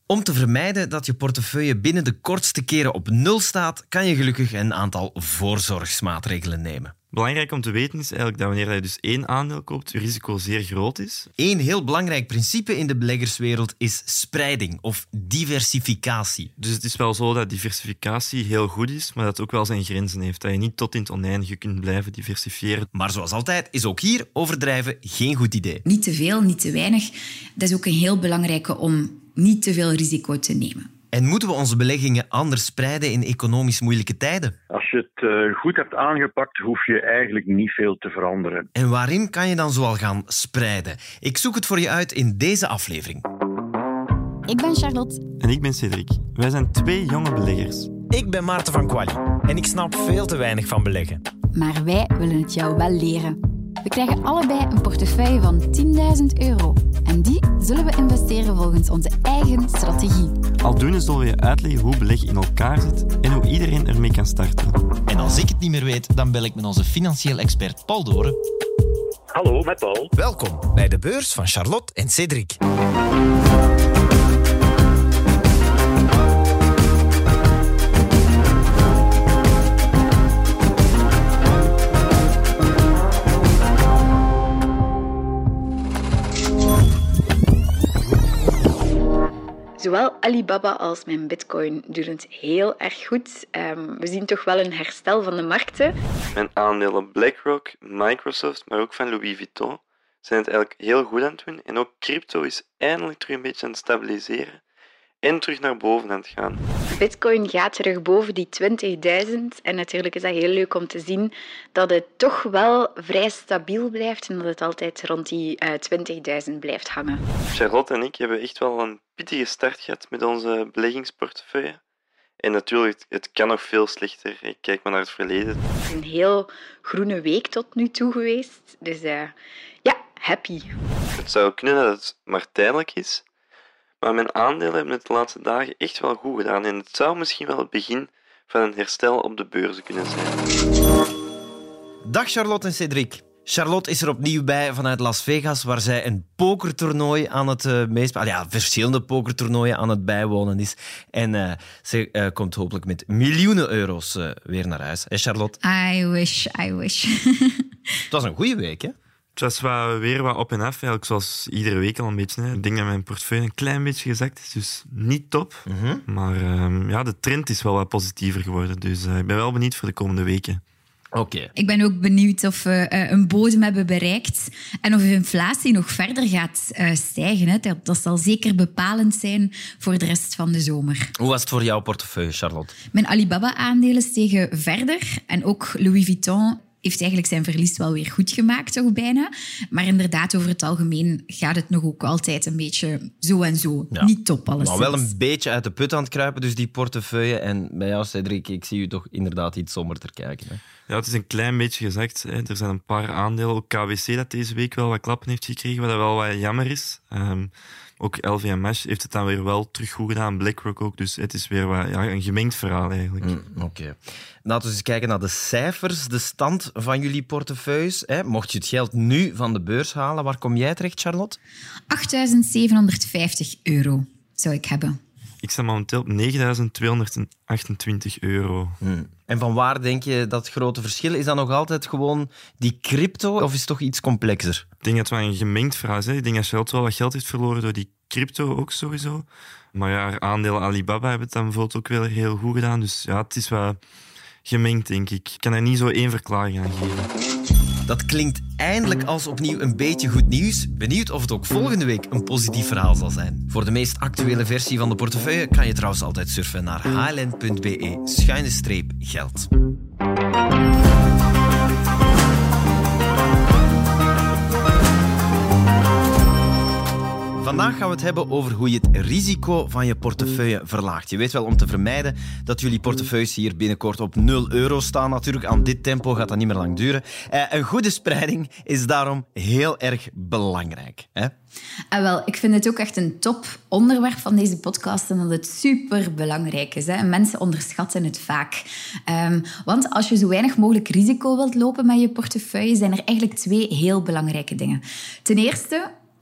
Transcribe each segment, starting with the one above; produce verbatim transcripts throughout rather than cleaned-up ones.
Om te vermijden dat je portefeuille binnen de kortste keren op nul staat, kan je gelukkig een aantal voorzorgsmaatregelen nemen. Belangrijk om te weten is eigenlijk dat wanneer je dus één aandeel koopt, je risico zeer groot is. Eén heel belangrijk principe in de beleggerswereld is spreiding of diversificatie. Dus het is wel zo dat diversificatie heel goed is, maar dat het ook wel zijn grenzen heeft. Dat je niet tot in het oneindige kunt blijven diversifiëren. Maar zoals altijd is ook hier overdrijven geen goed idee. Niet te veel, niet te weinig. Dat is ook een heel belangrijke om niet te veel risico te nemen. En moeten we onze beleggingen anders spreiden in economisch moeilijke tijden? Als je het uh, goed hebt aangepakt, hoef je eigenlijk niet veel te veranderen. En waarin kan je dan zoal gaan spreiden? Ik zoek het voor je uit in deze aflevering. Ik ben Charlotte. En ik ben Cedric. Wij zijn twee jonge beleggers. Ik ben Maarten van Quali en ik snap veel te weinig van beleggen. Maar wij willen het jou wel leren. We krijgen allebei een portefeuille van tienduizend euro. En die zullen we investeren volgens onze eigen strategie. Aldoende zullen we je uitleggen hoe beleggen in elkaar zit en hoe iedereen ermee kan starten. En als ik het niet meer weet, dan bel ik met onze financieel expert Paul Doren. Hallo, met Paul. Welkom bij de beurs van Charlotte en Cedric. Zowel Alibaba als mijn bitcoin doen het heel erg goed. Um, we zien toch wel een herstel van de markten. Mijn aandelen BlackRock, Microsoft, maar ook van Louis Vuitton zijn het eigenlijk heel goed aan het doen. En ook crypto is eindelijk terug een beetje aan het stabiliseren en terug naar boven aan het gaan. Bitcoin gaat terug boven die twintigduizend. En natuurlijk is dat heel leuk om te zien dat het toch wel vrij stabiel blijft en dat het altijd rond die uh, twintigduizend blijft hangen. Charlotte en ik hebben echt wel een pittige start gehad met onze beleggingsportefeuille. En natuurlijk, het kan nog veel slechter. Ik kijk maar naar het verleden. Het is een heel groene week tot nu toe geweest. Dus uh, ja, happy. Het zou kunnen dat het maar tijdelijk is. Maar mijn aandelen hebben het de laatste dagen echt wel goed gedaan. En het zou misschien wel het begin van een herstel op de beurzen kunnen zijn. Dag Charlotte en Cedric. Charlotte is er opnieuw bij vanuit Las Vegas, waar zij een pokertoernooi aan het uh, meespelen. Ja, verschillende pokertoernooien aan het bijwonen is. En uh, ze uh, komt hopelijk met miljoenen euro's uh, weer naar huis. Hé, Charlotte? I wish, I wish. Het was een goede week, hè? Het was wat, weer wat op en af, eigenlijk zoals iedere week al een beetje. Hè. Ik denk dat mijn portefeuille een klein beetje gezakt is, dus niet top. Mm-hmm. Maar uh, ja, de trend is wel wat positiever geworden. Dus uh, ik ben wel benieuwd voor de komende weken. Oké. Okay. Ik ben ook benieuwd of we uh, een bodem hebben bereikt en of de inflatie nog verder gaat uh, stijgen. Hè. Dat, dat zal zeker bepalend zijn voor de rest van de zomer. Hoe was het voor jouw portefeuille, Charlotte? Mijn Alibaba-aandelen stegen verder en ook Louis Vuitton heeft eigenlijk zijn verlies wel weer goed gemaakt, toch bijna. Maar inderdaad, over het algemeen gaat het nog ook altijd een beetje zo en zo. Ja. Niet top, alleszins. Maar wel een beetje uit de put aan het kruipen, dus die portefeuille. En bij jou, Cedric, ik zie u toch inderdaad iets somberder kijken. Hè? Ja, het is een klein beetje gezakt. Hè. Er zijn een paar aandelen, ook K W C dat deze week wel wat klappen heeft gekregen, wat wel wat jammer is. Um, ook L V M H heeft het dan weer wel terug goed gedaan, BlackRock ook. Dus het is weer wat, ja, een gemengd verhaal eigenlijk. Mm, Oké. Okay. Laten we eens kijken naar de cijfers, de stand van jullie portefeuilles. Hè. Mocht je het geld nu van de beurs halen, waar kom jij terecht, Charlotte? achtduizend zevenhonderdvijftig euro zou ik hebben. Ik sta momenteel op negenduizend tweehonderdachtentwintig euro. Hmm. En van waar denk je dat grote verschil? Is dat nog altijd gewoon die crypto of is het toch iets complexer? Ik denk dat het wel een gemengd verhaal is. Hè. Ik denk dat Charlotte wel wat geld heeft verloren door die crypto ook sowieso. Maar ja, aandelen Alibaba hebben het dan bijvoorbeeld ook wel heel goed gedaan. Dus ja, het is wel gemengd, denk ik. Ik kan er niet zo één verklaring aan geven. Dat klinkt eindelijk als opnieuw een beetje goed nieuws. Benieuwd of het ook volgende week een positief verhaal zal zijn. Voor de meest actuele versie van de portefeuille kan je trouwens altijd surfen naar h l n punt b e schuine streep geld. Vandaag gaan we het hebben over hoe je het risico van je portefeuille verlaagt. Je weet wel, om te vermijden dat jullie portefeuilles hier binnenkort op nul euro staan. Natuurlijk, aan dit tempo gaat dat niet meer lang duren. Uh, een goede spreiding is daarom heel erg belangrijk. Hè? En wel, ik vind het ook echt een top onderwerp van deze podcast en dat het superbelangrijk is. Hè? Mensen onderschatten het vaak. Um, want als je zo weinig mogelijk risico wilt lopen met je portefeuille, zijn er eigenlijk twee heel belangrijke dingen. Ten eerste,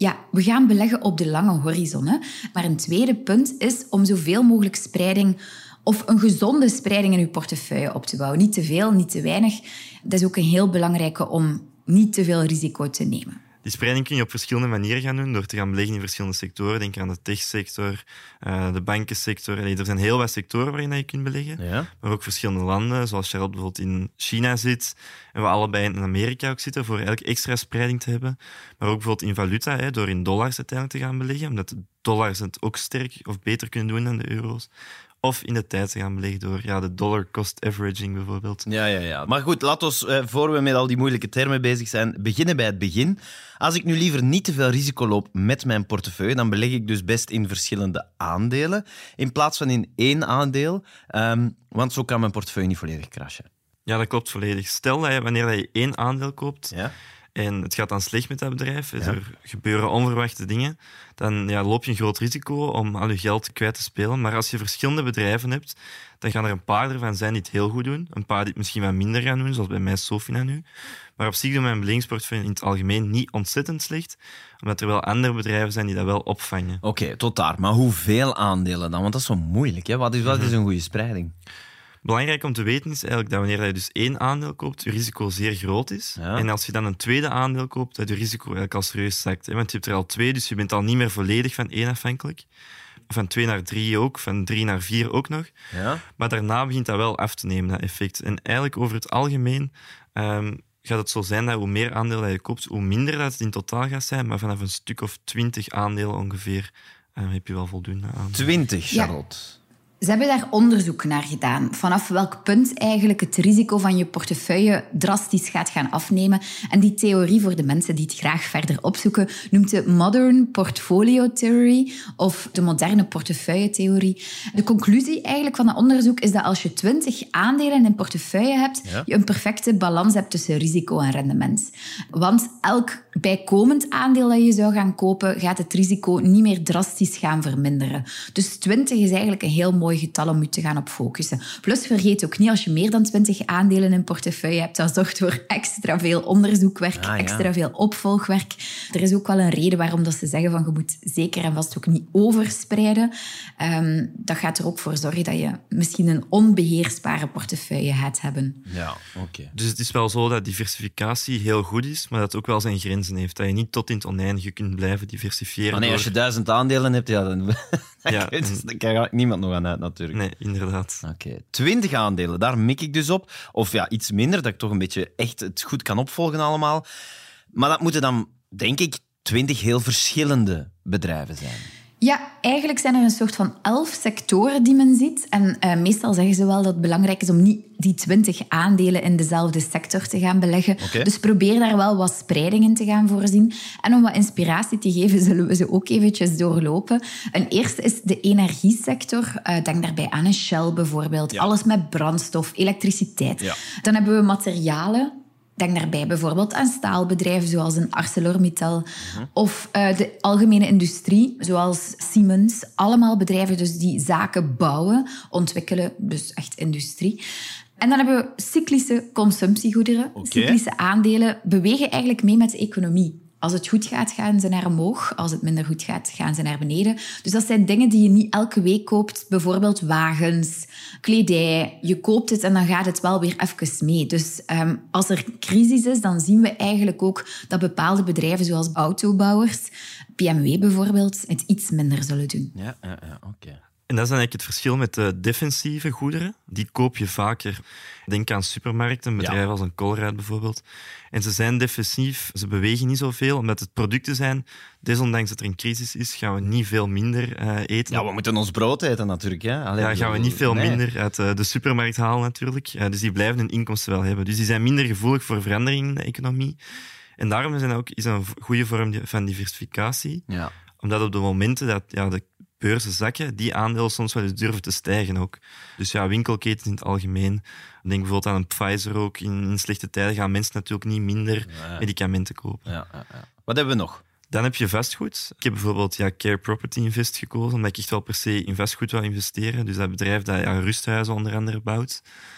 Ja, we gaan beleggen op de lange horizon. Hè. Maar een tweede punt is om zoveel mogelijk spreiding of een gezonde spreiding in uw portefeuille op te bouwen. Niet te veel, niet te weinig. Dat is ook een heel belangrijke om niet te veel risico te nemen. Die spreiding kun je op verschillende manieren gaan doen, door te gaan beleggen in verschillende sectoren. Denk aan de techsector, uh, de bankensector. Allee, er zijn heel wat sectoren waarin je kunt beleggen. Ja. Maar ook verschillende landen, zoals Charlotte bijvoorbeeld in China zit en we allebei in Amerika ook zitten, voor eigenlijk extra spreiding te hebben. Maar ook bijvoorbeeld in valuta, hè, door in dollars uiteindelijk te gaan beleggen, omdat de dollars het ook sterk of beter kunnen doen dan de euro's. Of in de tijd te gaan beleggen door ja, de dollar cost averaging bijvoorbeeld. Ja, ja, ja. Maar goed, laten we, uh, voor we met al die moeilijke termen bezig zijn, beginnen bij het begin. Als ik nu liever niet te veel risico loop met mijn portefeuille, dan beleg ik dus best in verschillende aandelen, in plaats van in één aandeel. Um, want zo kan mijn portefeuille niet volledig crashen. Ja, dat klopt volledig. Stel dat je, wanneer je één aandeel koopt, Ja. en het gaat dan slecht met dat bedrijf, Ja. er gebeuren onverwachte dingen, dan ja, loop je een groot risico om al je geld kwijt te spelen. Maar als je verschillende bedrijven hebt, dan gaan er een paar ervan zijn die het heel goed doen, een paar die het misschien wat minder gaan doen, zoals bij mij Sofina nu. Maar op zich doen mijn beleggingsportefeuille in het algemeen niet ontzettend slecht, omdat er wel andere bedrijven zijn die dat wel opvangen. Oké, okay, tot daar. Maar hoeveel aandelen dan? Want dat is zo moeilijk. Hè? Wat is, wat is een goede spreiding? Belangrijk om te weten is eigenlijk dat wanneer je dus één aandeel koopt, je risico zeer groot is. Ja. En als je dan een tweede aandeel koopt, dat je risico eigenlijk al serieus zakt. Want je hebt er al twee, dus je bent al niet meer volledig van één afhankelijk. Van twee naar drie ook, van drie naar vier ook nog. Ja. Maar daarna begint dat wel af te nemen, dat effect. En eigenlijk over het algemeen um, gaat het zo zijn dat hoe meer aandelen dat je koopt, hoe minder dat het in totaal gaat zijn. Maar vanaf een stuk of twintig aandelen ongeveer um, heb je wel voldoende aan. Twintig, Charlotte. Ja. Ze hebben daar onderzoek naar gedaan. Vanaf welk punt eigenlijk het risico van je portefeuille drastisch gaat gaan afnemen. En die theorie, voor de mensen die het graag verder opzoeken, noemt de Modern Portfolio Theory of de moderne portefeuille-theorie. De conclusie eigenlijk van dat onderzoek is dat als je twintig aandelen in een portefeuille hebt, Ja. je een perfecte balans hebt tussen risico en rendement. Want elk bijkomend aandeel dat je zou gaan kopen, gaat het risico niet meer drastisch gaan verminderen. Dus twintig is eigenlijk een heel mooi getal om je te gaan op focussen. Plus, vergeet ook niet, als je meer dan twintig aandelen in een portefeuille hebt, dat zorgt voor extra veel onderzoekwerk, Ah, ja. extra veel opvolgwerk. Er is ook wel een reden waarom dat ze zeggen van je moet zeker en vast ook niet overspreiden. Um, dat gaat er ook voor zorgen dat je misschien een onbeheersbare portefeuille gaat hebben. Ja, oké. Okay. Dus het is wel zo dat diversificatie heel goed is, maar dat het ook wel zijn grenzen heeft. Dat je niet tot in het oneindige kunt blijven diversifiëren. Maar nee, door... als je duizend aandelen hebt, ja, dan, Ja, dan en- kan niemand nog aan uit, natuurlijk. Nee, inderdaad. Oké, okay. twintig aandelen, daar mik ik dus op. Of ja, iets minder, dat ik toch een beetje echt het goed kan opvolgen allemaal. Maar dat moeten dan, denk ik, twintig heel verschillende bedrijven zijn. Ja, eigenlijk zijn er een soort van elf sectoren die men ziet. En uh, meestal zeggen ze wel dat het belangrijk is om niet die twintig aandelen in dezelfde sector te gaan beleggen. Okay. Dus probeer daar wel wat spreiding in te gaan voorzien. En om wat inspiratie te geven, zullen we ze ook eventjes doorlopen. Een eerste is de energiesector. Uh, denk daarbij aan een Shell bijvoorbeeld. Ja. Alles met brandstof, elektriciteit. Ja. Dan hebben we materialen. Denk daarbij bijvoorbeeld aan staalbedrijven zoals een ArcelorMittal Mm-hmm. of uh, de algemene industrie zoals Siemens. Allemaal bedrijven dus die zaken bouwen, ontwikkelen, dus echt industrie. En dan hebben we cyclische consumptiegoederen. Oké. Cyclische aandelen bewegen eigenlijk mee met de economie. Als het goed gaat, gaan ze naar omhoog. Als het minder goed gaat, gaan ze naar beneden. Dus dat zijn dingen die je niet elke week koopt. Bijvoorbeeld wagens, kledij. Je koopt het en dan gaat het wel weer even mee. Dus um, als er crisis is, dan zien we eigenlijk ook dat bepaalde bedrijven, zoals autobouwers, B M W bijvoorbeeld, het iets minder zullen doen. Ja, ja, ja oké. Okay. En dat is dan eigenlijk het verschil met de defensieve goederen. Die koop je vaker. Denk aan supermarkten, bedrijven Ja. als een Colruyt bijvoorbeeld. En ze zijn defensief, ze bewegen niet zoveel, omdat het producten zijn. Desondanks dat er een crisis is, gaan we niet veel minder uh, eten. Ja, we moeten ons brood eten natuurlijk. Hè? Allee, Ja, gaan we niet veel nee. minder uit uh, de supermarkt halen natuurlijk. Uh, dus die blijven hun inkomsten wel hebben. Dus die zijn minder gevoelig voor veranderingen in de economie. En daarom zijn dat ook, is dat een goede vorm van diversificatie. Ja. Omdat op de momenten dat ja, de beurzen zakken, die aandelen soms wel eens durven te stijgen ook. Dus ja, winkelketens in het algemeen. Denk bijvoorbeeld aan een Pfizer ook. In, in slechte tijden gaan mensen natuurlijk niet minder Ja. medicamenten kopen. Ja, ja, ja. Wat hebben we nog? Dan heb je vastgoed. Ik heb bijvoorbeeld ja, Care Property Invest gekozen, omdat ik echt wel per se in vastgoed wil investeren. Dus dat bedrijf dat ja, rusthuizen onder andere bouwt.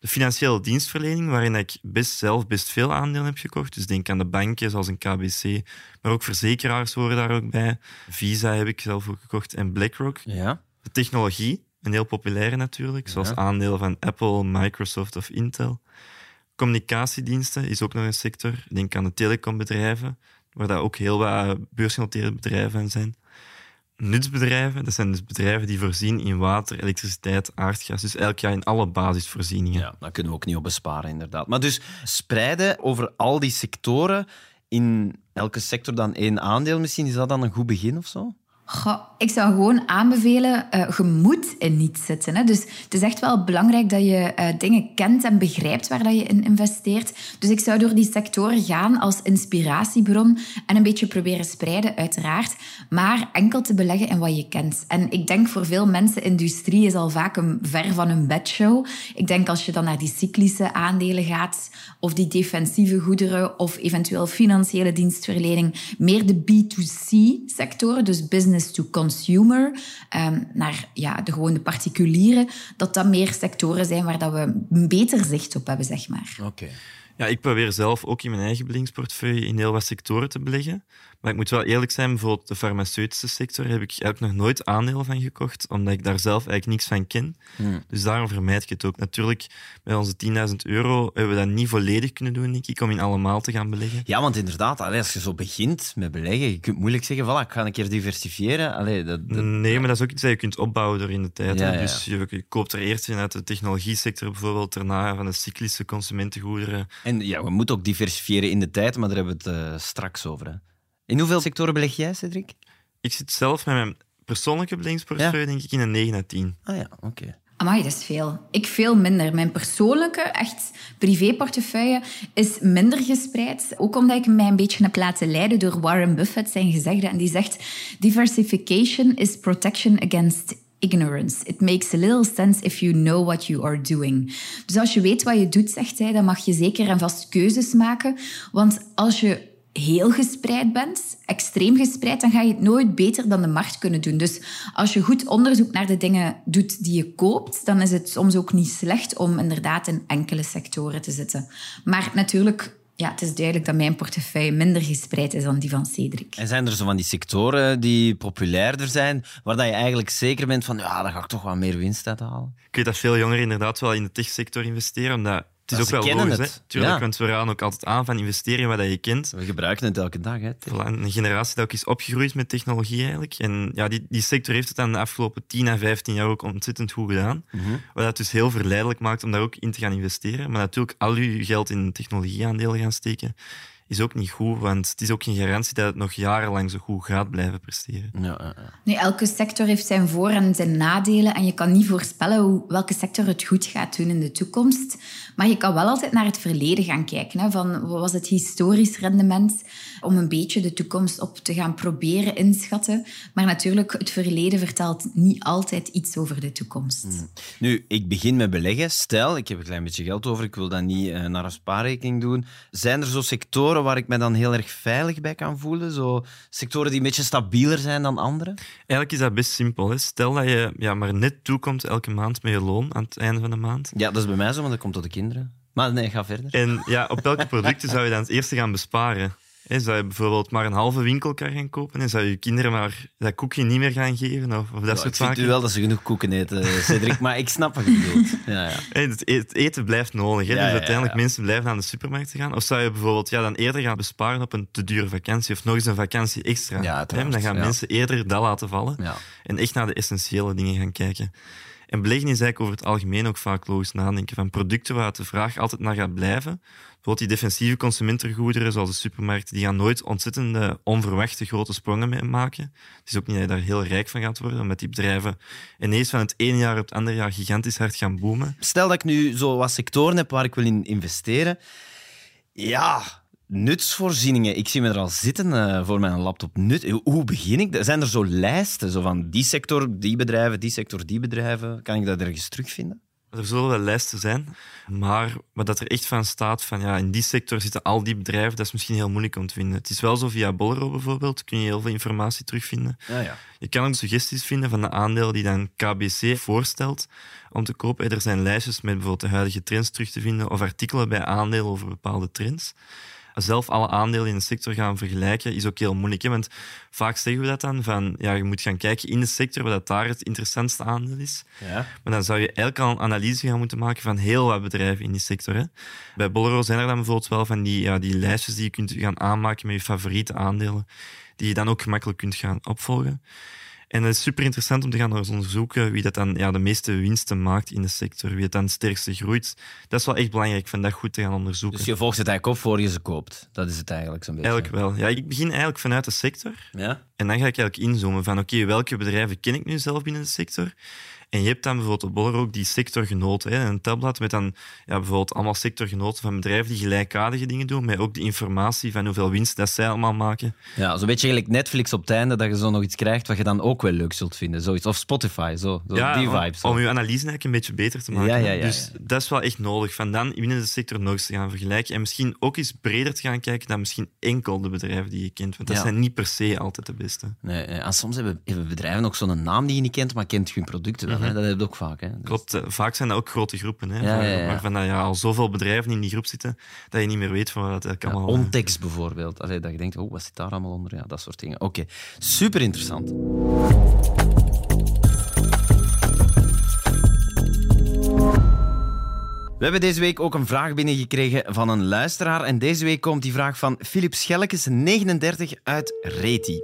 De financiële dienstverlening, waarin ik best zelf best veel aandelen heb gekocht. Dus denk aan de banken, zoals een K B C. Maar ook verzekeraars horen daar ook bij. Visa heb ik zelf ook gekocht en BlackRock. Ja. De technologie, een heel populaire natuurlijk. Zoals Ja. aandelen van Apple, Microsoft of Intel. Communicatiediensten is ook nog een sector. Denk aan de telecombedrijven, waar daar ook heel wat beursgenoteerde bedrijven aan zijn. Nutsbedrijven, dat zijn dus bedrijven die voorzien in water, elektriciteit, aardgas. Dus elk jaar in alle basisvoorzieningen. Ja, daar kunnen we ook niet op besparen, inderdaad. Maar dus spreiden over al die sectoren, in elke sector dan één aandeel misschien, is dat dan een goed begin of zo? Goh, ik zou gewoon aanbevelen, uh, je moet in niets zitten. Hè. Dus het is echt wel belangrijk dat je uh, dingen kent en begrijpt waar dat je in investeert. Dus ik zou door die sectoren gaan als inspiratiebron en een beetje proberen spreiden, uiteraard. Maar enkel te beleggen in wat je kent. En ik denk voor veel mensen, industrie is al vaak een ver van hun bedshow. Ik denk als je dan naar die cyclische aandelen gaat, of die defensieve goederen, of eventueel financiële dienstverlening, meer de B to C-sectoren, dus business to consumer, um, naar ja, de gewone particulieren, dat dat meer sectoren zijn waar dat we een beter zicht op hebben, zeg maar. Oké. Okay. Ja, ik probeer zelf ook in mijn eigen beleggingsportefeuille in heel wat sectoren te beleggen. Maar ik moet wel eerlijk zijn, bijvoorbeeld de farmaceutische sector heb ik eigenlijk nog nooit aandelen van gekocht, omdat ik daar zelf eigenlijk niks van ken. Hmm. Dus daarom vermijd ik het ook. Natuurlijk, bij onze tienduizend euro hebben we dat niet volledig kunnen doen, denk ik, om in allemaal te gaan beleggen. Ja, want inderdaad, als je zo begint met beleggen, je kunt moeilijk zeggen, voilà, ik ga een keer diversifiëren. Allee, dat, dat... Nee, maar dat is ook iets dat je kunt opbouwen door in de tijd. Ja, ja. Dus je, je koopt er eerst in uit de technologie-sector bijvoorbeeld, daarna van de cyclische consumentengoederen. En ja, we moeten ook diversifiëren in de tijd, maar daar hebben we het uh, straks over. Hè. In hoeveel sectoren beleg jij, Cedric? Ik zit zelf met mijn persoonlijke beleggingsportefeuille, ja. denk ik, in een negen à tien. Ah ja, oké. Okay. Amai, dat is veel. Ik veel minder. Mijn persoonlijke, echt privéportefeuille is minder gespreid. Ook omdat ik mij een beetje heb laten leiden door Warren Buffett, zijn gezegde. En die zegt, diversification is protection against ignorance. It makes a little sense if you know what you are doing. Dus als je weet wat je doet, zegt hij, dan mag je zeker en vast keuzes maken. Want als je heel gespreid bent, extreem gespreid, dan ga je het nooit beter dan de markt kunnen doen. Dus als je goed onderzoek naar de dingen doet die je koopt, dan is het soms ook niet slecht om inderdaad in enkele sectoren te zitten. Maar natuurlijk, ja, het is duidelijk dat mijn portefeuille minder gespreid is dan die van Cedric. En zijn er zo van die sectoren die populairder zijn, waar dat je eigenlijk zeker bent van, ja, daar ga ik toch wat meer winst uit halen? Ik weet dat veel jongeren inderdaad wel in de techsector investeren, omdat het is dat ook wel logisch, het. hè? Tuurlijk, ja. want we raden ook altijd aan van investeren in wat je kent. We gebruiken het elke dag. Hè, voilà, een generatie dat ook is opgegroeid met technologie eigenlijk. En ja, die, die sector heeft het dan de afgelopen tien à vijftien jaar ook ontzettend goed gedaan. Mm-hmm. Wat het dus heel verleidelijk maakt om daar ook in te gaan investeren. Maar natuurlijk, al je geld in technologieaandelen gaan steken, is ook niet goed, want het is ook geen garantie dat het nog jarenlang zo goed gaat blijven presteren. Ja, ja, ja. Nee, elke sector heeft zijn voor- en zijn nadelen en je kan niet voorspellen hoe, welke sector het goed gaat doen in de toekomst. Maar je kan wel altijd naar het verleden gaan kijken. Hè, van wat was het historisch rendement, om een beetje de toekomst op te gaan proberen inschatten. Maar natuurlijk, het verleden vertelt niet altijd iets over de toekomst. Hmm. Nu, ik begin met beleggen. Stel, ik heb een klein beetje geld over, ik wil dat niet uh, naar een spaarrekening doen. Zijn er zo sectoren waar ik me dan heel erg veilig bij kan voelen? Zo sectoren die een beetje stabieler zijn dan andere? Eigenlijk is dat best simpel. Hè. Stel dat je ja, maar net toekomt elke maand met je loon aan het einde van de maand. Ja, dat is bij mij zo, want dat komt tot de kinderen. Maar nee, ga verder. En ja, op welke producten zou je dan het eerste gaan besparen? He, zou je bijvoorbeeld maar een halve winkelkar gaan kopen en zou je kinderen maar dat koekje niet meer gaan geven? Of, of dat ja, soort ik zaken? vind u wel dat ze genoeg koeken eten, Cedric, maar ik snap wat je bedoelt. Ja, ja. Hey, het, het eten blijft nodig. Hè? Ja, dus ja, uiteindelijk ja, ja. mensen blijven naar de supermarkt gaan. Of zou je bijvoorbeeld ja, dan eerder gaan besparen op een te dure vakantie of nog eens een vakantie extra? Ja, hè? Dan gaan ja. mensen eerder dat laten vallen Ja. en echt naar de essentiële dingen gaan kijken. En beleggen is eigenlijk over het algemeen ook vaak logisch nadenken van producten waar de vraag altijd naar gaat blijven. Bijvoorbeeld die defensieve consumentengoederen, zoals de supermarkten, die gaan nooit ontzettende, onverwachte grote sprongen mee maken. Het is ook niet dat je daar heel rijk van gaat worden, omdat die bedrijven ineens van het ene jaar op het andere jaar gigantisch hard gaan boomen. Stel dat ik nu zo wat sectoren heb waar ik wil in investeren. Ja, nutsvoorzieningen. Ik zie me er al zitten uh, voor mijn laptop. Nut. Hoe begin ik? Zijn er zo lijsten? Zo van die sector, die bedrijven, die sector, die bedrijven? Kan ik dat ergens terugvinden? Er zullen wel lijsten zijn, maar wat dat er echt van staat van ja, in die sector zitten al die bedrijven, dat is misschien heel moeilijk om te vinden. Het is wel zo, via Bolero bijvoorbeeld kun je heel veel informatie terugvinden. Ja, ja. Je kan ook suggesties vinden van de aandelen die dan K B C voorstelt om te kopen. Er zijn lijstjes met bijvoorbeeld de huidige trends terug te vinden of artikelen bij aandelen over bepaalde trends. Zelf alle aandelen in de sector gaan vergelijken is ook heel moeilijk. Hè? Want vaak zeggen we dat dan, van ja, je moet gaan kijken in de sector wat dat daar het interessantste aandeel is. Ja. Maar dan zou je eigenlijk al een analyse gaan moeten maken van heel wat bedrijven in die sector. Hè? Bij Bolero zijn er dan bijvoorbeeld wel van die, ja, die lijstjes die je kunt gaan aanmaken met je favoriete aandelen, die je dan ook gemakkelijk kunt gaan opvolgen. En het is super interessant om te gaan onderzoeken wie dat dan ja, de meeste winsten maakt in de sector, wie het dan het sterkste groeit. Dat is wel echt belangrijk, van dat goed te gaan onderzoeken. Dus je volgt het eigenlijk op voor je ze koopt. Dat is het eigenlijk zo'n beetje. Eigenlijk wel. Ja, ik begin eigenlijk vanuit de sector. Ja? En dan ga ik eigenlijk inzoomen van oké, okay, welke bedrijven ken ik nu zelf binnen de sector? En je hebt dan bijvoorbeeld op Bolero ook die sectorgenoten. Hè, een tabblad met dan ja, bijvoorbeeld allemaal sectorgenoten van bedrijven die gelijkaardige dingen doen, met ook de informatie van hoeveel winst dat zij allemaal maken. Ja, zo'n beetje gelijk Netflix op het einde, dat je zo nog iets krijgt wat je dan ook wel leuk zult vinden. Zoiets. Of Spotify, zo. zo ja, die om, vibe. Zo. Om je analyse eigenlijk een beetje beter te maken. Ja, ja, ja, dus ja. dat is wel echt nodig. Van dan binnen de sector nog eens te gaan vergelijken. En misschien ook eens breder te gaan kijken dan misschien enkel de bedrijven die je kent. Want dat Ja. zijn niet per se altijd de beste. Nee, nee. En soms hebben, hebben bedrijven ook zo'n naam die je niet kent, maar kent hun producten wel. Hè? Dat heb je ook vaak. Hè? Dus... Klopt, eh, vaak zijn dat ook grote groepen. Hè, Ja, waar, ja, ja. Waarvan dat, ja, al zoveel bedrijven in die groep zitten, dat je niet meer weet van wat het eigenlijk Ja, allemaal... Ontex bijvoorbeeld. Allee, dat je denkt, oh, wat zit daar allemaal onder? Ja, dat soort dingen. Oké, okay. Super interessant. We hebben deze week ook een vraag binnengekregen van een luisteraar. En deze week komt die vraag van Philip Schellekes, negenendertig, uit Reti.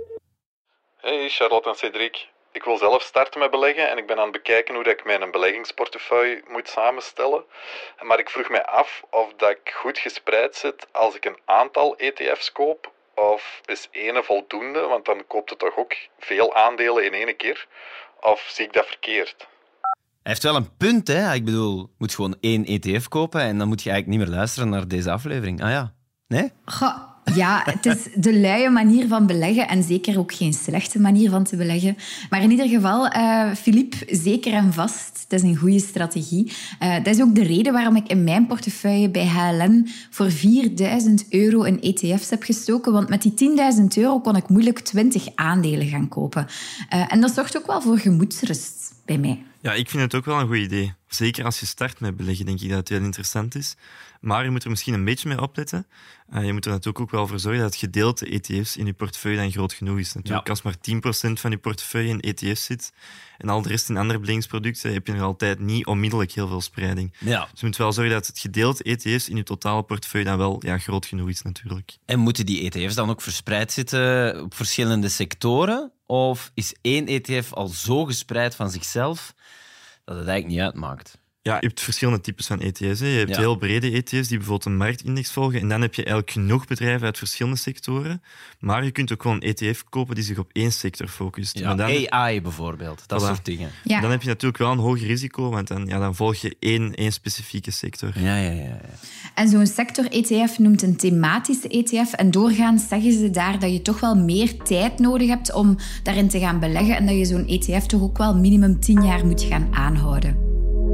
Hey Charlotte en Cedric. Ik wil zelf starten met beleggen en ik ben aan het bekijken hoe dat ik mijn beleggingsportefeuille moet samenstellen. Maar ik vroeg mij af of dat ik goed gespreid zit als ik een aantal E T F's koop. Of is ene voldoende, want dan koopt het toch ook veel aandelen in één keer. Of zie ik dat verkeerd? Hij heeft wel een punt, hè. Ik bedoel, je moet gewoon één E T F kopen en dan moet je eigenlijk niet meer luisteren naar deze aflevering. Ah ja, nee? Goh, ja, het is de luie manier van beleggen en zeker ook geen slechte manier van te beleggen. Maar in ieder geval, uh, Philippe, zeker en vast, het is een goede strategie. Uh, dat is ook de reden waarom ik in mijn portefeuille bij H L N voor vierduizend euro in E T F's heb gestoken. Want met die tienduizend euro kon ik moeilijk twintig aandelen gaan kopen. Uh, en dat zorgt ook wel voor gemoedsrust bij mij. Ja, ik vind het ook wel een goed idee. Zeker als je start met beleggen, denk ik dat het heel interessant is. Maar je moet er misschien een beetje mee opletten. Uh, je moet er natuurlijk ook wel voor zorgen dat het gedeelte E T F's in je portefeuille dan groot genoeg is. Natuurlijk, Ja. als maar tien procent van je portefeuille in E T F's zit en al de rest in andere beleggingsproducten, heb je nog altijd niet onmiddellijk heel veel spreiding. Ja. Dus je moet wel zorgen dat het gedeelte E T F's in je totale portefeuille dan wel ja, groot genoeg is, natuurlijk. En moeten die E T F's dan ook verspreid zitten op verschillende sectoren? Of is één E T F al zo gespreid van zichzelf dat het eigenlijk niet uitmaakt? Ja, je hebt verschillende types van E T F's. Hè. Je hebt Ja. heel brede E T F's die bijvoorbeeld een marktindex volgen. En dan heb je eigenlijk genoeg bedrijven uit verschillende sectoren. Maar je kunt ook gewoon een E T F kopen die zich op één sector focust. Ja, Maar dan, A I bijvoorbeeld, dat Voilà. soort dingen. Ja. dan heb je natuurlijk wel een hoger risico, want dan, ja, dan volg je één, één specifieke sector. Ja, ja, ja. ja. En zo'n sector-E T F noemt een thematische E T F. En doorgaans zeggen ze daar dat je toch wel meer tijd nodig hebt om daarin te gaan beleggen. En dat je zo'n E T F toch ook wel minimum tien jaar moet gaan aanhouden.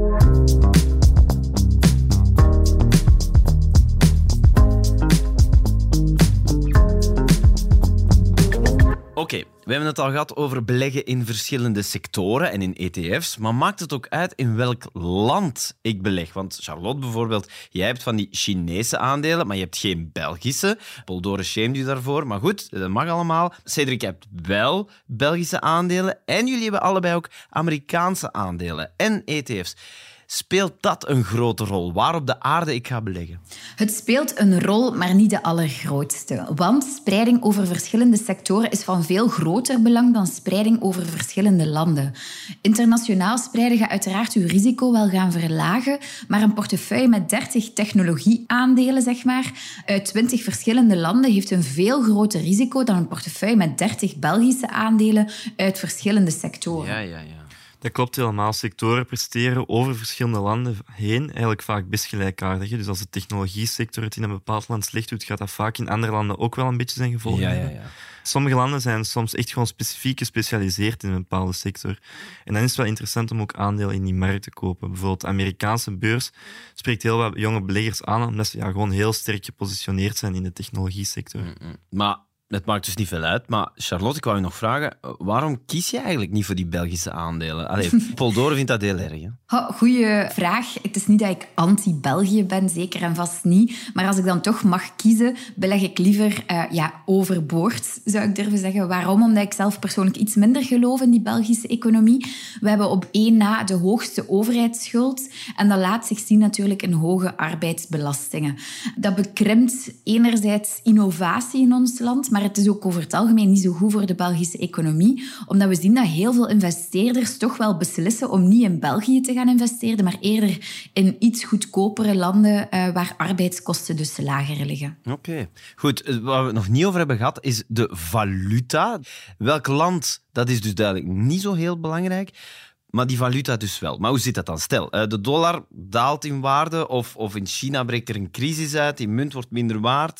Oké, okay, we hebben het al gehad over beleggen in verschillende sectoren en in E T F's, maar maakt het ook uit in welk land ik beleg? Want Charlotte bijvoorbeeld, jij hebt van die Chinese aandelen, maar je hebt geen Belgische. Poldore shamed u daarvoor, maar goed, dat mag allemaal. Cedric, je hebt wel Belgische aandelen en jullie hebben allebei ook Amerikaanse aandelen en E T F's. Speelt dat een grote rol? Waar op de aarde ik ga beleggen? Het speelt een rol, maar niet de allergrootste. Want spreiding over verschillende sectoren is van veel groter belang dan spreiding over verschillende landen. Internationaal spreiden gaat uiteraard uw risico wel gaan verlagen, maar een portefeuille met dertig technologieaandelen, zeg maar, uit twintig verschillende landen heeft een veel groter risico dan een portefeuille met dertig Belgische aandelen uit verschillende sectoren. Ja, ja, ja. Dat klopt helemaal. Sectoren presteren over verschillende landen heen eigenlijk vaak best gelijkaardig. Dus als de technologie-sector het in een bepaald land slecht doet, gaat dat vaak in andere landen ook wel een beetje zijn gevolgen Ja, ja, hebben. ja. Sommige landen zijn soms echt gewoon specifiek gespecialiseerd in een bepaalde sector. En dan is het wel interessant om ook aandelen in die markt te kopen. Bijvoorbeeld de Amerikaanse beurs spreekt heel wat jonge beleggers aan, omdat ze ja, gewoon heel sterk gepositioneerd zijn in de technologie-sector. Mm-mm. Maar het maakt dus niet veel uit. Maar Charlotte, ik wou je nog vragen, waarom kies je eigenlijk niet voor die Belgische aandelen? Allee, Paul Doren vindt dat heel erg. Hè? Oh, goeie vraag. Het is niet dat ik anti-België ben, zeker en vast niet. Maar als ik dan toch mag kiezen, beleg ik liever uh, ja, overboord, zou ik durven zeggen. Waarom? Omdat ik zelf persoonlijk iets minder geloof in die Belgische economie. We hebben op één na de hoogste overheidsschuld. En dat laat zich zien natuurlijk in hoge arbeidsbelastingen. Dat bekrimpt enerzijds innovatie in ons land, maar het is ook over het algemeen niet zo goed voor de Belgische economie, omdat we zien dat heel veel investeerders toch wel beslissen om niet in België te gaan investeren, maar eerder in iets goedkopere landen uh, waar arbeidskosten dus lager liggen. Oké. Okay. Goed, waar we het nog niet over hebben gehad, is de valuta. Welk land, dat is dus duidelijk niet zo heel belangrijk, maar die valuta dus wel. Maar hoe zit dat dan? Stel, de dollar daalt in waarde of, of in China breekt er een crisis uit, die munt wordt minder waard.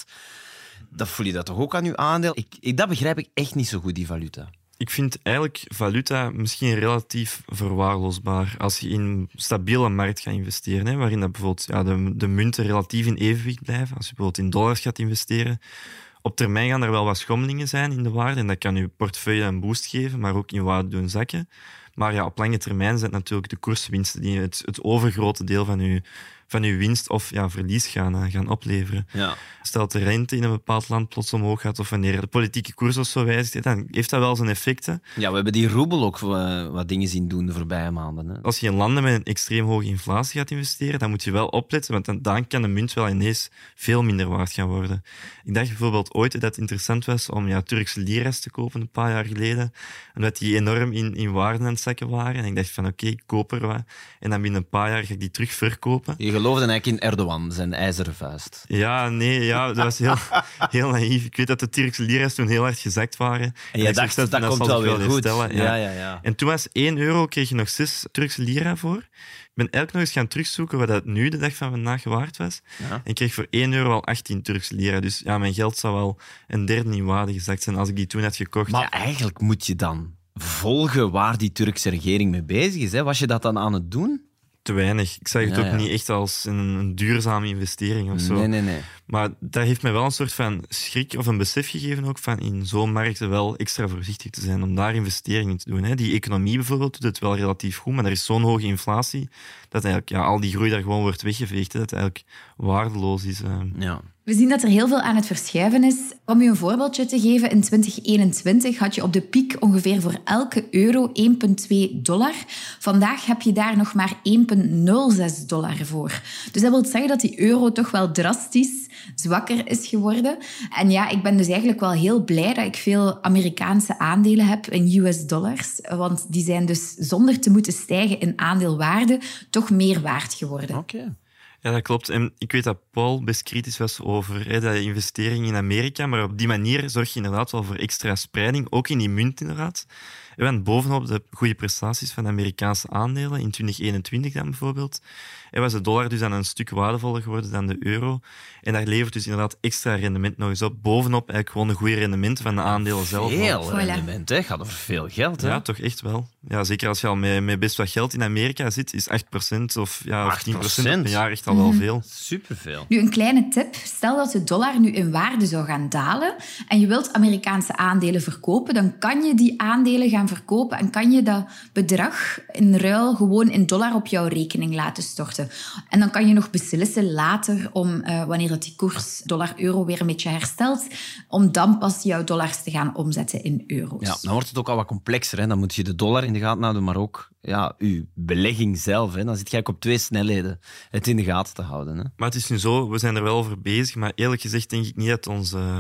Dan voel je dat toch ook aan je aandeel? Ik, ik, dat begrijp ik echt niet zo goed, die valuta. Ik vind eigenlijk valuta misschien relatief verwaarloosbaar als je in een stabiele markt gaat investeren, hè, waarin dat bijvoorbeeld ja, de, de munten relatief in evenwicht blijven. Als je bijvoorbeeld in dollars gaat investeren, op termijn gaan er wel wat schommelingen zijn in de waarde en dat kan je portefeuille een boost geven, maar ook in waarde doen zakken. Maar ja, op lange termijn zijn het natuurlijk de koerswinsten die het, het overgrote deel van je, van je winst of ja, verlies gaan, uh, gaan opleveren. Ja. Stel dat de rente in een bepaald land plots omhoog gaat of wanneer de politieke koers of zo wijzigt, dan heeft dat wel zijn effecten. Ja, we hebben die roebel ook uh, wat dingen zien doen de voorbije maanden. Hè. Als je in landen met een extreem hoge inflatie gaat investeren, dan moet je wel opletten, want dan, dan kan de munt wel ineens veel minder waard gaan worden. Ik dacht bijvoorbeeld ooit dat het interessant was om ja, Turkse lira's te kopen een paar jaar geleden, omdat die enorm in, in waarde aan het zakken waren. En ik dacht van oké, okay, ik koop er wat. En dan binnen een paar jaar ga ik die terug verkopen. Je geloofde eigenlijk in Erdogan, zijn ijzeren vuist. Ja, nee, ja, dat was heel, heel naïef. Ik weet dat de Turkse lira's toen heel hard gezakt waren. En je dacht, dat, dat, dat komt wel weer goed. Ja. Ja, ja, ja. En toen was één euro, kreeg je nog zes Turkse lira voor. Ik ben eigenlijk nog eens gaan terugzoeken wat dat nu de dag van vandaag waard was. Ja. En ik kreeg voor één euro al achttien Turkse lira. Dus ja, mijn geld zou wel een derde in waarde gezakt zijn als ik die toen had gekocht. Maar eigenlijk moet je dan volgen waar die Turkse regering mee bezig is. Hè? Was je dat dan aan het doen? Te weinig. Ik zag het ja, ook ja. niet echt als een, een duurzame investering of zo. Nee, nee, nee. Maar dat heeft mij wel een soort van schrik of een besef gegeven ook van in zo'n markten wel extra voorzichtig te zijn om daar investeringen te doen. Hè. Die economie bijvoorbeeld doet het wel relatief goed, maar er is zo'n hoge inflatie dat eigenlijk ja, al die groei daar gewoon wordt weggeveegd. Hè, dat het eigenlijk waardeloos is. Uh. Ja. We zien dat er heel veel aan het verschuiven is. Om je een voorbeeldje te geven, in twintig eenentwintig had je op de piek ongeveer voor elke euro één komma twee dollar. Vandaag heb je daar nog maar één komma nul zes dollar voor. Dus dat wil zeggen dat die euro toch wel drastisch zwakker is geworden. En ja, ik ben dus eigenlijk wel heel blij dat ik veel Amerikaanse aandelen heb in U S dollars. Want die zijn dus zonder te moeten stijgen in aandeelwaarde toch meer waard geworden. Oké. Okay. Ja, dat klopt. En ik weet dat Paul best kritisch was over hè, dat investering in Amerika, maar op die manier zorg je inderdaad wel voor extra spreiding, ook in die munt inderdaad. En bovenop de goede prestaties van de Amerikaanse aandelen, in twintig eenentwintig dan bijvoorbeeld, was de dollar dus dan een stuk waardevoller geworden dan de euro. En daar levert dus inderdaad extra rendement nog eens op, bovenop eigenlijk gewoon een goede rendement van de aandelen zelf. Veel rendement, hè? Gaat over veel geld, hè? Ja, toch echt wel. Ja, zeker als je al met, met best wat geld in Amerika zit, is acht procent of, ja, of tien procent per jaar echt al wel veel. Superveel. Nu, een kleine tip. Stel dat de dollar nu in waarde zou gaan dalen en je wilt Amerikaanse aandelen verkopen, dan kan je die aandelen gaan verkopen en kan je dat bedrag in ruil gewoon in dollar op jouw rekening laten storten. En dan kan je nog beslissen later, om, uh, wanneer dat die koers dollar-euro weer een beetje herstelt, om dan pas jouw dollars te gaan omzetten in euro's. Ja, dan wordt het ook al wat complexer. Hè? Dan moet je de dollar in de gaten houden, maar ook ja, je belegging zelf. Hè? Dan zit je op twee snelheden het in de gaten te houden. Hè? Maar het is nu zo, we zijn er wel over bezig, maar eerlijk gezegd denk ik niet dat onze...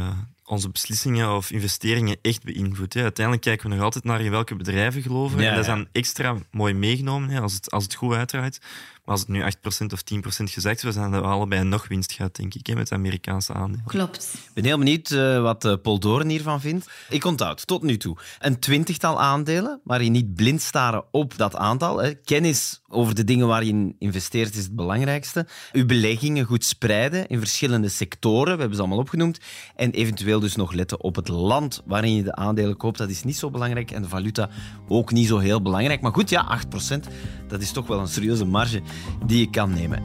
onze beslissingen of investeringen echt beïnvloedt. Hè. Uiteindelijk kijken we nog altijd naar in welke bedrijven geloven we. Ja, en dat is ja. dan extra mooi meegenomen hè, als, het, als het goed uitdraait. Maar als het nu acht procent of tien procent gezakt is, dan dat we allebei nog winst gaat, denk ik, hè, met het Amerikaanse aandeel. Klopt. Ik ben heel benieuwd uh, wat uh, Paul Doorn hiervan vindt. Ik onthoud tot nu toe een twintigtal aandelen, maar je niet blind staren op dat aantal. Hè. Kennis over de dingen waar je in investeert is het belangrijkste. Uw beleggingen goed spreiden in verschillende sectoren, we hebben ze allemaal opgenoemd. En eventueel dus nog letten op het land waarin je de aandelen koopt. Dat is niet zo belangrijk. En de valuta ook niet zo heel belangrijk. Maar goed, ja, acht procent, dat is toch wel een serieuze marge die je kan nemen.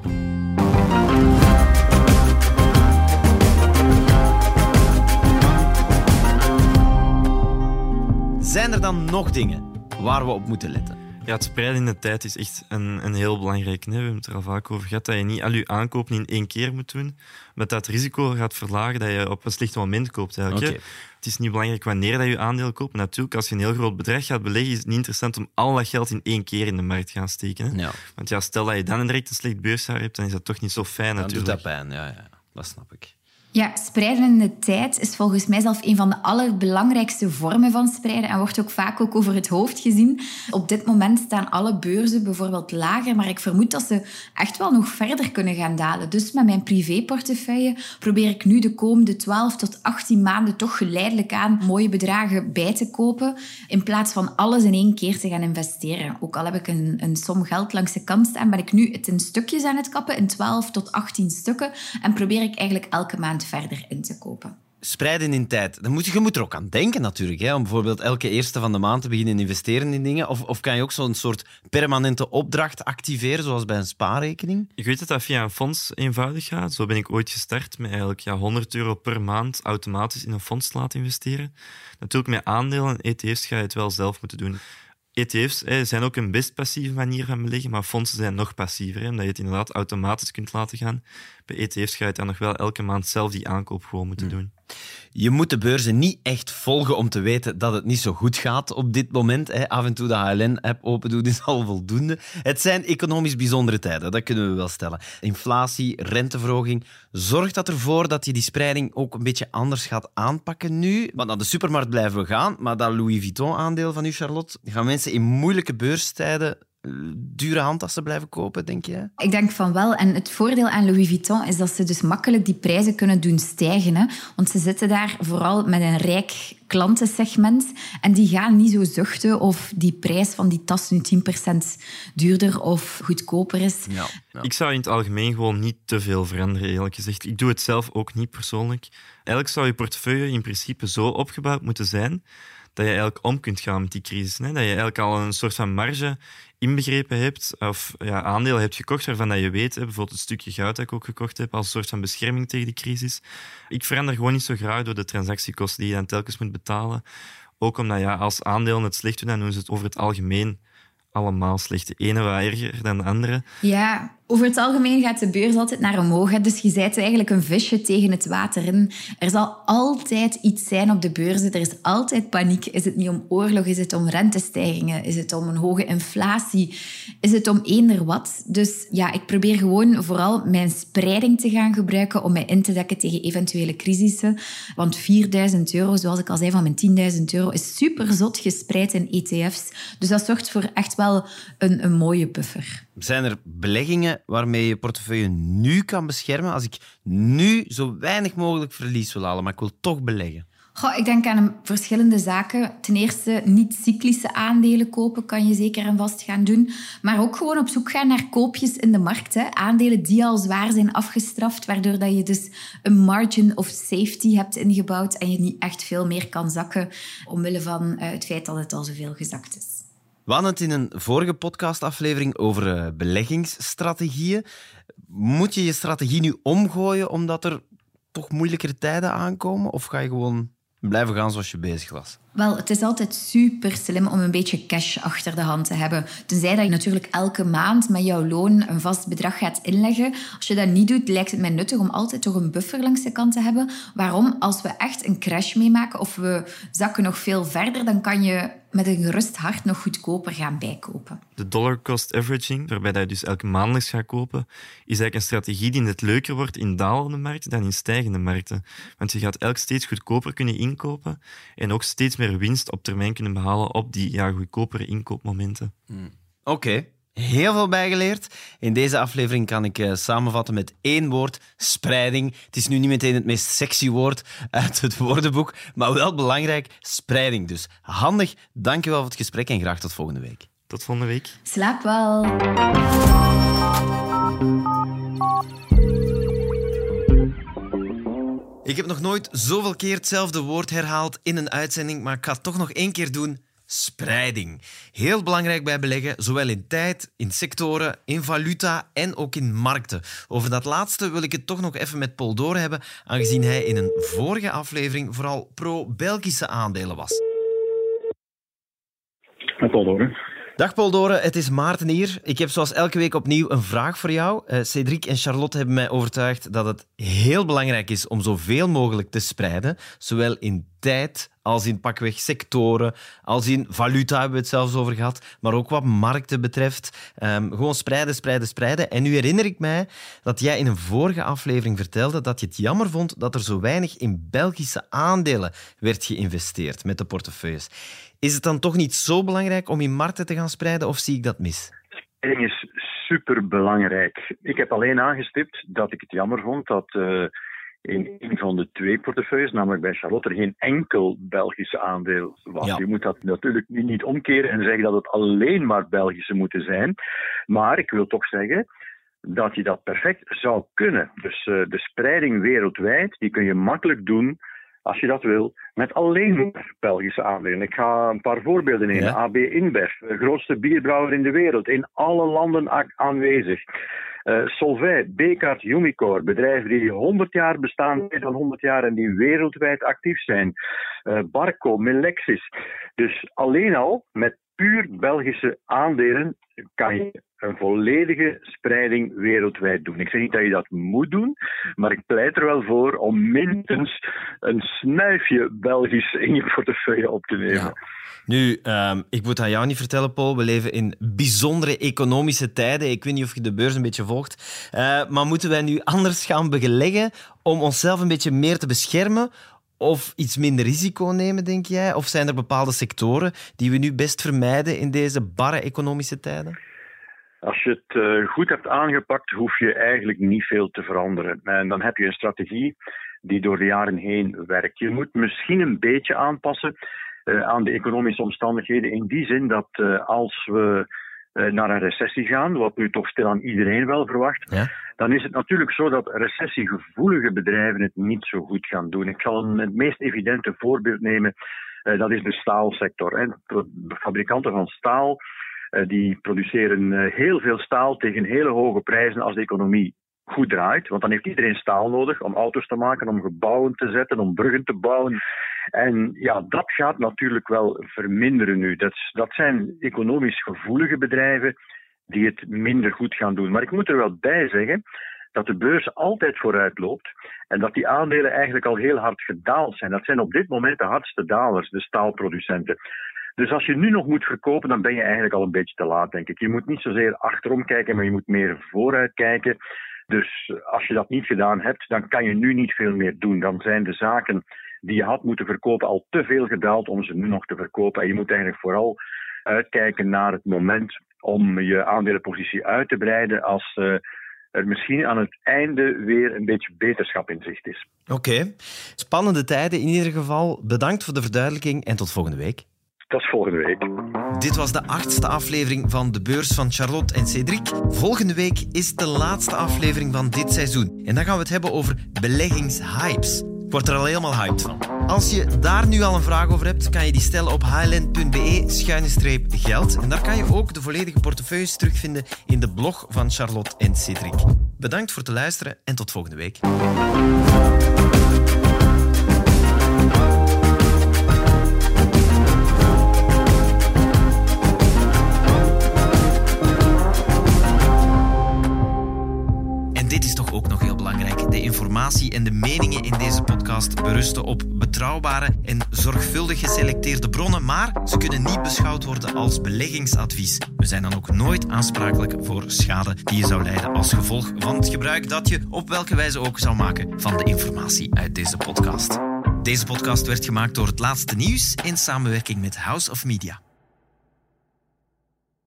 Zijn er dan nog dingen waar we op moeten letten? Ja, het spreiden in de tijd is echt een, een heel belangrijk. We hebben het er al vaak over gehad, dat je niet al je aankopen in één keer moet doen, omdat dat het risico gaat verlagen dat je op een slecht moment koopt. Eigenlijk, Okay. Het is niet belangrijk wanneer dat je aandeel koopt. Maar natuurlijk, als je een heel groot bedrag gaat beleggen, is het niet interessant om al dat geld in één keer in de markt te gaan steken. Hè? Ja. Want ja, stel dat je dan direct een slecht beursjaar hebt, dan is dat toch niet zo fijn Dan doet natuurlijk. dat pijn, ja, ja. Dat snap ik. Ja, spreiden in de tijd is volgens mij zelf een van de allerbelangrijkste vormen van spreiden en wordt ook vaak ook over het hoofd gezien. Op dit moment staan alle beurzen bijvoorbeeld lager, maar ik vermoed dat ze echt wel nog verder kunnen gaan dalen. Dus met mijn privéportefeuille probeer ik nu de komende twaalf tot achttien maanden toch geleidelijk aan mooie bedragen bij te kopen, in plaats van alles in één keer te gaan investeren. Ook al heb ik een, een som geld langs de kant staan, ben ik nu het in stukjes aan het kappen, in twaalf tot achttien stukken, en probeer ik eigenlijk elke maand verder in te kopen. Spreiden in tijd. Dan moet je, je moet er ook aan denken natuurlijk. Hè, om bijvoorbeeld elke eerste van de maand te beginnen investeren in dingen. Of, of kan je ook zo'n soort permanente opdracht activeren, zoals bij een spaarrekening? Ik weet dat dat via een fonds eenvoudig gaat. Zo ben ik ooit gestart met eigenlijk ja, honderd euro per maand automatisch in een fonds te laten investeren. Natuurlijk met aandelen en E T F's ga je het wel zelf moeten doen. E T F's hè, zijn ook een best passieve manier van beleggen, maar fondsen zijn nog passiever, hè, omdat je het inderdaad automatisch kunt laten gaan. Bij E T F's ga je dan nog wel elke maand zelf die aankoop gewoon moeten mm. doen. Je moet de beurzen niet echt volgen om te weten dat het niet zo goed gaat op dit moment. Hè. Af en toe de H L N-app open doen is al voldoende. Het zijn economisch bijzondere tijden, dat kunnen we wel stellen. Inflatie, renteverhoging. Zorg dat ervoor dat je die spreiding ook een beetje anders gaat aanpakken nu. Want naar de supermarkt blijven we gaan, maar dat Louis Vuitton-aandeel van u, Charlotte, gaan mensen in moeilijke beurstijden dure handtassen blijven kopen, denk je? Ik denk van wel. En het voordeel aan Louis Vuitton is dat ze dus makkelijk die prijzen kunnen doen stijgen. Hè? Want ze zitten daar vooral met een rijk klantensegment en die gaan niet zo zuchten of die prijs van die tas nu tien procent duurder of goedkoper is. Ja, ja. Ik zou in het algemeen gewoon niet te veel veranderen, eerlijk gezegd. Ik doe het zelf ook niet persoonlijk. Eigenlijk zou je portefeuille in principe zo opgebouwd moeten zijn dat je eigenlijk om kunt gaan met die crisis. Hè? Dat je eigenlijk al een soort van marge inbegrepen hebt, of ja, aandelen hebt gekocht waarvan dat je weet, hè, bijvoorbeeld het stukje goud dat ik ook gekocht heb, als een soort van bescherming tegen die crisis. Ik verander gewoon niet zo graag door de transactiekosten die je dan telkens moet betalen. Ook omdat ja, als aandelen het slecht doen, dan doen ze het over het algemeen allemaal slecht. De ene wat erger dan de andere. Ja, over het algemeen gaat de beurs altijd naar omhoog. Hè. Dus je bent eigenlijk een visje tegen het water in. Er zal altijd iets zijn op de beurzen. Er is altijd paniek. Is het niet om oorlog? Is het om rentestijgingen? Is het om een hoge inflatie? Is het om eender wat? Dus ja, ik probeer gewoon vooral mijn spreiding te gaan gebruiken om mij in te dekken tegen eventuele crisissen. Want vierduizend euro, zoals ik al zei, van mijn tienduizend euro, is super zot gespreid in E T F's. Dus dat zorgt voor echt wel een, een mooie buffer. Zijn er beleggingen waarmee je portefeuille nu kan beschermen? Als ik nu zo weinig mogelijk verlies wil halen, maar ik wil toch beleggen. Goh, ik denk aan verschillende zaken. Ten eerste, niet-cyclische aandelen kopen kan je zeker en vast gaan doen. Maar ook gewoon op zoek gaan naar koopjes in de markt. Hè. Aandelen die al zwaar zijn afgestraft, waardoor dat je dus een margin of safety hebt ingebouwd en je niet echt veel meer kan zakken omwille van uh, het feit dat het al zoveel gezakt is. We hadden het in een vorige podcastaflevering over uh, beleggingsstrategieën. Moet je je strategie nu omgooien omdat er toch moeilijkere tijden aankomen? Of ga je gewoon blijven gaan zoals je bezig was? Wel, het is altijd super slim om een beetje cash achter de hand te hebben. Tenzij dat je natuurlijk elke maand met jouw loon een vast bedrag gaat inleggen. Als je dat niet doet, lijkt het mij nuttig om altijd toch een buffer langs de kant te hebben. Waarom? Als we echt een crash meemaken of we zakken nog veel verder, dan kan je met een gerust hart nog goedkoper gaan bijkopen. De dollar cost averaging, waarbij je dus elke maandelijks gaat kopen, is eigenlijk een strategie die net leuker wordt in dalende markten dan in stijgende markten. Want je gaat elk steeds goedkoper kunnen inkopen en ook steeds meer winst op termijn kunnen behalen op die ja, goedkopere inkoopmomenten. Hmm. Oké. Okay. Heel veel bijgeleerd. In deze aflevering kan ik uh, samenvatten met één woord: spreiding. Het is nu niet meteen het meest sexy woord uit het woordenboek, maar wel belangrijk: spreiding. Dus handig. Dank je wel voor het gesprek en graag tot volgende week. Tot volgende week. Slaap wel. Ik heb nog nooit zoveel keer hetzelfde woord herhaald in een uitzending, maar ik ga het toch nog één keer doen. Spreiding. Heel belangrijk bij beleggen, zowel in tijd, in sectoren, in valuta en ook in markten. Over dat laatste wil ik het toch nog even met Paul Doren hebben, aangezien hij in een vorige aflevering vooral pro-Belgische aandelen was. Met Paul Doren. Dag Paul Doren, het is Maarten hier. Ik heb zoals elke week opnieuw een vraag voor jou. Uh, Cédric en Charlotte hebben mij overtuigd dat het heel belangrijk is om zoveel mogelijk te spreiden, zowel in tijd als in pakweg sectoren, als in valuta hebben we het zelfs over gehad, maar ook wat markten betreft. Um, gewoon spreiden, spreiden, spreiden. En nu herinner ik mij dat jij in een vorige aflevering vertelde dat je het jammer vond dat er zo weinig in Belgische aandelen werd geïnvesteerd met de portefeuilles. Is het dan toch niet zo belangrijk om in markten te gaan spreiden of zie ik dat mis? Spreiding is superbelangrijk. Ik heb alleen aangestipt dat ik het jammer vond dat uh, in een van de twee portefeuilles, namelijk bij Charlotte, er geen enkel Belgische aandeel was. Ja. Je moet dat natuurlijk niet omkeren en zeggen dat het alleen maar Belgische moeten zijn. Maar ik wil toch zeggen dat je dat perfect zou kunnen. Dus uh, de spreiding wereldwijd, die kun je makkelijk doen, als je dat wil, met alleen maar Belgische aandelen. Ik ga een paar voorbeelden nemen. Ja. A B InBev, de grootste bierbrouwer in de wereld, in alle landen a- aanwezig. Uh, Solvay, Bekaert, Umicore, bedrijven die honderd jaar bestaan, meer dan honderd jaar en die wereldwijd actief zijn. Uh, Barco, Melexis. Dus alleen al met puur Belgische aandelen kan je een volledige spreiding wereldwijd doen. Ik zeg niet dat je dat moet doen, maar ik pleit er wel voor om minstens een snuifje Belgisch in je portefeuille op te nemen. Ja. Nu, um, ik moet aan jou niet vertellen, Paul, we leven in bijzondere economische tijden. Ik weet niet of je de beurs een beetje volgt. Uh, maar moeten wij nu anders gaan beleggen om onszelf een beetje meer te beschermen? Of iets minder risico nemen, denk jij? Of zijn er bepaalde sectoren die we nu best vermijden in deze barre economische tijden? Als je het uh, goed hebt aangepakt, hoef je eigenlijk niet veel te veranderen. En dan heb je een strategie die door de jaren heen werkt. Je moet misschien een beetje aanpassen uh, aan de economische omstandigheden. In die zin dat uh, als we uh, naar een recessie gaan, wat nu toch stilaan iedereen wel verwacht, ja, dan is het natuurlijk zo dat recessiegevoelige bedrijven het niet zo goed gaan doen. Ik zal een, het meest evidente voorbeeld nemen. Uh, dat is de staalsector. Hè. De fabrikanten van staal uh, die produceren uh, heel veel staal tegen hele hoge prijzen als de economie goed draait. Want dan heeft iedereen staal nodig om auto's te maken, om gebouwen te zetten, om bruggen te bouwen. En ja, dat gaat natuurlijk wel verminderen nu. Dat, dat zijn economisch gevoelige bedrijven die het minder goed gaan doen. Maar ik moet er wel bij zeggen dat de beurs altijd vooruit loopt en dat die aandelen eigenlijk al heel hard gedaald zijn. Dat zijn op dit moment de hardste dalers, de staalproducenten. Dus als je nu nog moet verkopen, dan ben je eigenlijk al een beetje te laat, denk ik. Je moet niet zozeer achterom kijken, maar je moet meer vooruit kijken. Dus als je dat niet gedaan hebt, dan kan je nu niet veel meer doen. Dan zijn de zaken die je had moeten verkopen al te veel gedaald om ze nu nog te verkopen. En je moet eigenlijk vooral uitkijken naar het moment om je aandelenpositie uit te breiden als uh, er misschien aan het einde weer een beetje beterschap in zicht is. Oké. Okay. Spannende tijden in ieder geval. Bedankt voor de verduidelijking en tot volgende week. Tot volgende week. Dit was de achtste aflevering van De Beurs van Charlotte en Cédric. Volgende week is de laatste aflevering van dit seizoen. En dan gaan we het hebben over beleggingshypes. Ik word er al helemaal hyped van. Als je daar nu al een vraag over hebt, kan je die stellen op h l n punt b e schuine streep geld. En daar kan je ook de volledige portefeuilles terugvinden in de blog van Charlotte en Cédric. Bedankt voor het luisteren en tot volgende week. informatie en de meningen in deze podcast berusten op betrouwbare en zorgvuldig geselecteerde bronnen, maar ze kunnen niet beschouwd worden als beleggingsadvies. We zijn dan ook nooit aansprakelijk voor schade die je zou lijden als gevolg van het gebruik dat je op welke wijze ook zou maken van de informatie uit deze podcast. Deze podcast werd gemaakt door Het Laatste Nieuws in samenwerking met House of Media.